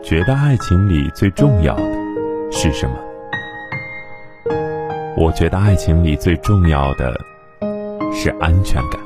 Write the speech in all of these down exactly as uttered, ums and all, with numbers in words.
觉得爱情里最重要的是什么？我觉得爱情里最重要的是安全感。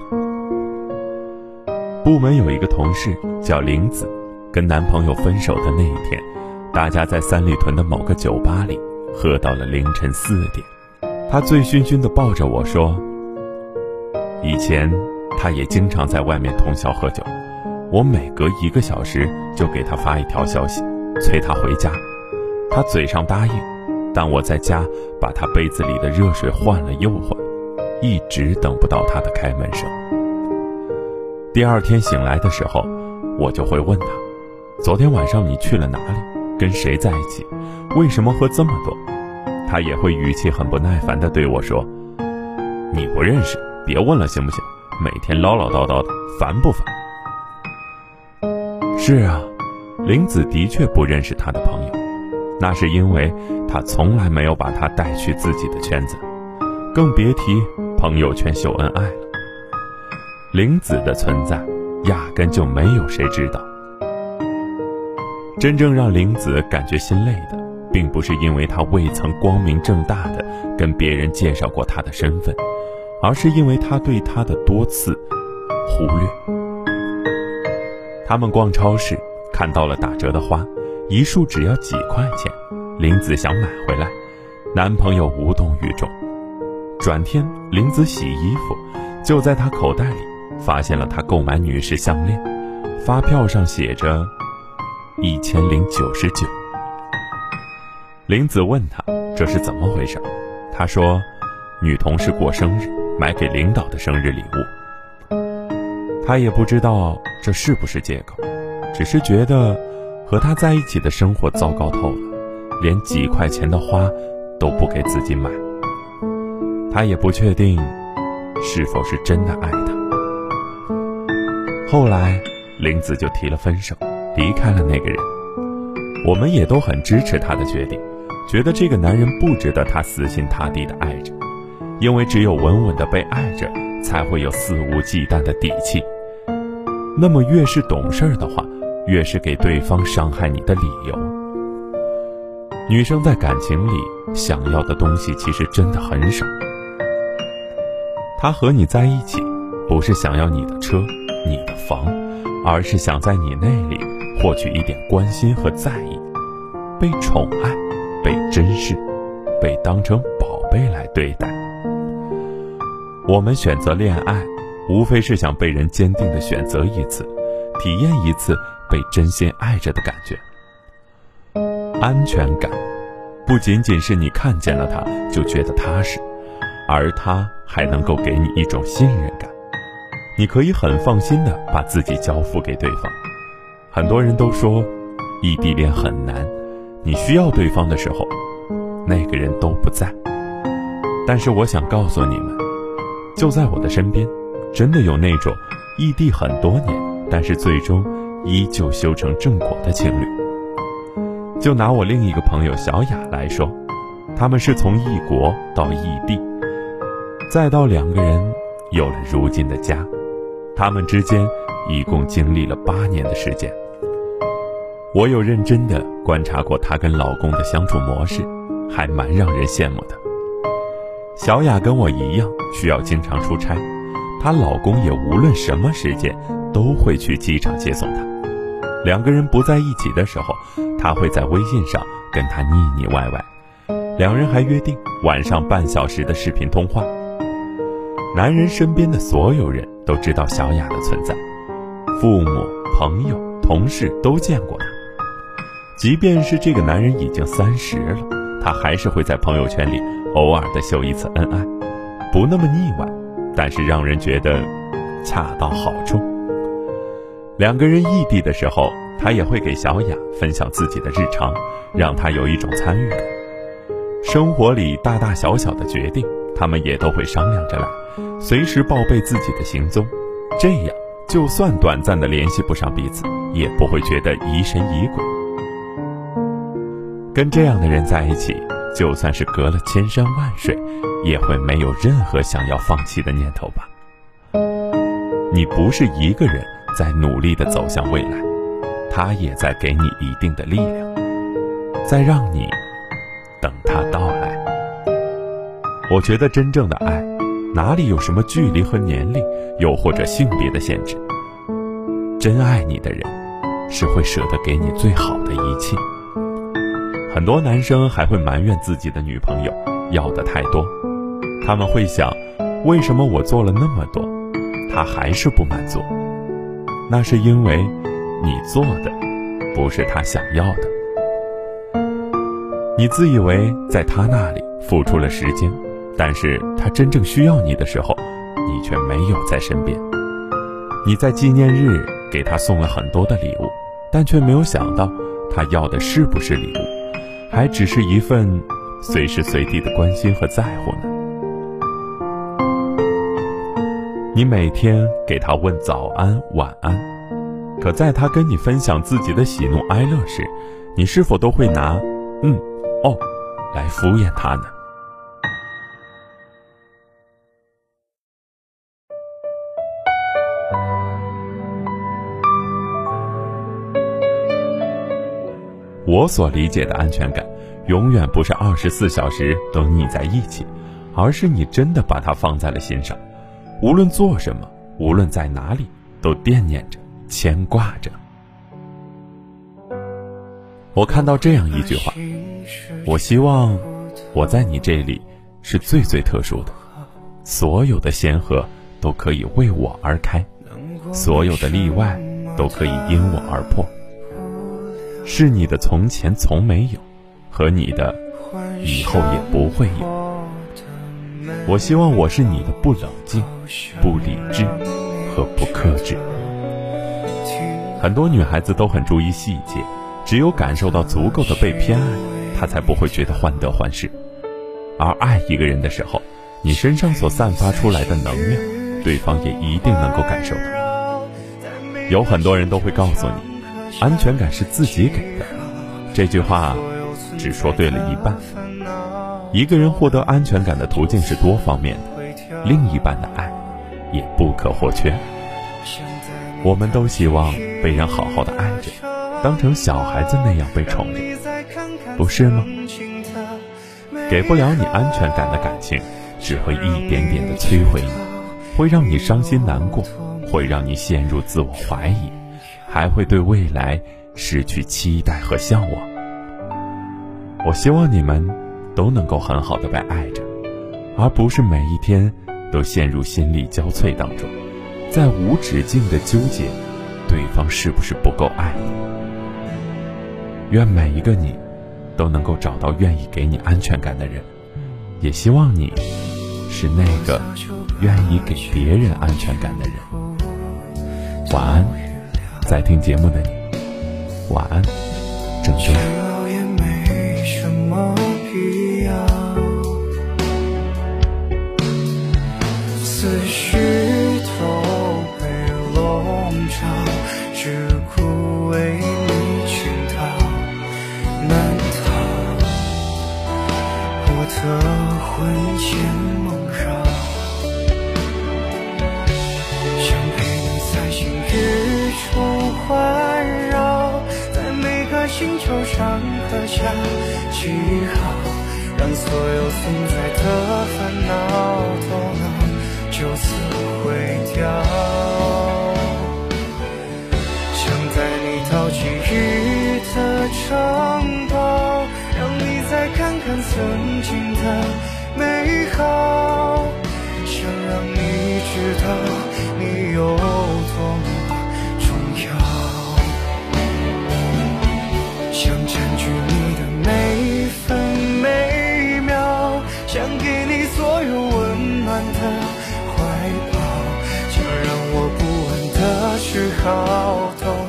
部门有一个同事叫玲子，跟男朋友分手的那一天，大家在三里屯的某个酒吧里喝到了凌晨四点。她醉醺醺地抱着我说，以前她也经常在外面通宵喝酒，我每隔一个小时就给她发一条消息，催她回家。她嘴上答应，但我在家把她杯子里的热水换了又换，一直等不到她的开门声。第二天醒来的时候，我就会问她，昨天晚上你去了哪里？跟谁在一起？为什么喝这么多？她也会语气很不耐烦地对我说，你不认识，别问了行不行？每天唠唠叨叨的，烦不烦？是啊，玲子的确不认识她的朋友，那是因为她从来没有把她带去自己的圈子，更别提朋友圈秀恩爱了。玲子的存在压根就没有谁知道。真正让玲子感觉心累的，并不是因为她未曾光明正大的跟别人介绍过她的身份，而是因为她对她的多次忽略。他们逛超市，看到了打折的花，一束只要几块钱，玲子想买回来，男朋友无动于衷。转天玲子洗衣服，就在她口袋里发现了她购买女士项链，发票上写着一千零九十九。玲子问她这是怎么回事，她说女同事过生日，买给领导的生日礼物。她也不知道这是不是借口，只是觉得和他在一起的生活糟糕透了，连几块钱的花都不给自己买。她也不确定是否是真的爱他。后来玲子就提了分手，离开了那个人。我们也都很支持她的决定，觉得这个男人不值得她死心塌地的爱着，因为只有稳稳的被爱着，才会有肆无忌惮的底气。那么越是懂事的话，越是给对方伤害你的理由。女生在感情里想要的东西其实真的很少。她和你在一起，不是想要你的车、你的房，而是想在你那里获取一点关心和在意，被宠爱，被珍视，被当成宝贝来对待。我们选择恋爱，无非是想被人坚定地选择一次，体验一次被真心爱着的感觉。安全感不仅仅是你看见了他就觉得踏实，而他还能够给你一种信任感，你可以很放心地把自己交付给对方。很多人都说异地恋很难，你需要对方的时候，那个人都不在。但是我想告诉你们，就在我的身边，真的有那种异地很多年，但是最终依旧修成正果的情侣。就拿我另一个朋友小雅来说，他们是从异国到异地，再到两个人有了如今的家，他们之间一共经历了八年的时间。我有认真地观察过她跟老公的相处模式，还蛮让人羡慕的。小雅跟我一样需要经常出差，她老公也无论什么时间都会去机场接送她。两个人不在一起的时候，她会在微信上跟她腻腻歪歪，两人还约定晚上半小时的视频通话。男人身边的所有人都知道小雅的存在，父母、朋友、同事都见过她。即便是这个男人已经三十了，他还是会在朋友圈里偶尔的秀一次恩爱，不那么腻歪，但是让人觉得恰到好处。两个人异地的时候，他也会给小雅分享自己的日常，让她有一种参与感。生活里大大小小的决定，他们也都会商量着来，随时报备自己的行踪，这样就算短暂的联系不上彼此，也不会觉得疑神疑鬼。跟这样的人在一起，就算是隔了千山万水，也会没有任何想要放弃的念头吧。你不是一个人在努力地走向未来， 他也在给你一定的力量，在让你等他到来。我觉得真正的爱，哪里有什么距离和年龄，又或者性别的限制？真爱你的人，是会舍得给你最好的一切。很多男生还会埋怨自己的女朋友要的太多，他们会想，为什么我做了那么多，他还是不满足？那是因为你做的不是他想要的。你自以为在他那里付出了时间，但是他真正需要你的时候，你却没有在身边。你在纪念日给他送了很多的礼物，但却没有想到他要的是不是礼物，还只是一份随时随地的关心和在乎呢。你每天给他问早安晚安，可在他跟你分享自己的喜怒哀乐时，你是否都会拿嗯哦来敷衍他呢？我所理解的安全感，永远不是二十四小时都腻在一起，而是你真的把它放在了心上，无论做什么，无论在哪里，都惦念着，牵挂着。我看到这样一句话，我希望我在你这里是最最特殊的，所有的先河都可以为我而开，所有的例外都可以因我而破。是你的从前从没有，和你的以后也不会有。我希望我是你的不冷静、不理智和不克制。很多女孩子都很注意细节，只有感受到足够的被偏爱，她才不会觉得患得患失。而爱一个人的时候，你身上所散发出来的能量，对方也一定能够感受到。有很多人都会告诉你，安全感是自己给的，这句话只说对了一半。一个人获得安全感的途径是多方面的，另一半的爱也不可或缺。我们都希望被人好好的爱着，当成小孩子那样被宠着，不是吗？给不了你安全感的感情，只会一点点的摧毁你，会让你伤心难过，会让你陷入自我怀疑，还会对未来失去期待和向往。我希望你们都能够很好的被爱着，而不是每一天都陷入心力交瘁当中，在无止境的纠结对方是不是不够爱你。愿每一个你都能够找到愿意给你安全感的人，也希望你是那个愿意给别人安全感的人。晚安，在听节目的你，晚安，郑州。 也没什么必要，思绪都被笼罩，只顾为你倾倒。难逃我的魂牵梦绕，想陪你在星宇中环绕，在每个星球上刻下记号，让所有存在的烦恼都能就此毁掉。想在你陶记忆的城堡，让你再看看曾经的美好，想让你知道你有多么重要，想占据你的每分每秒，想给你所有温暖的怀抱，想让我不安的嗜好都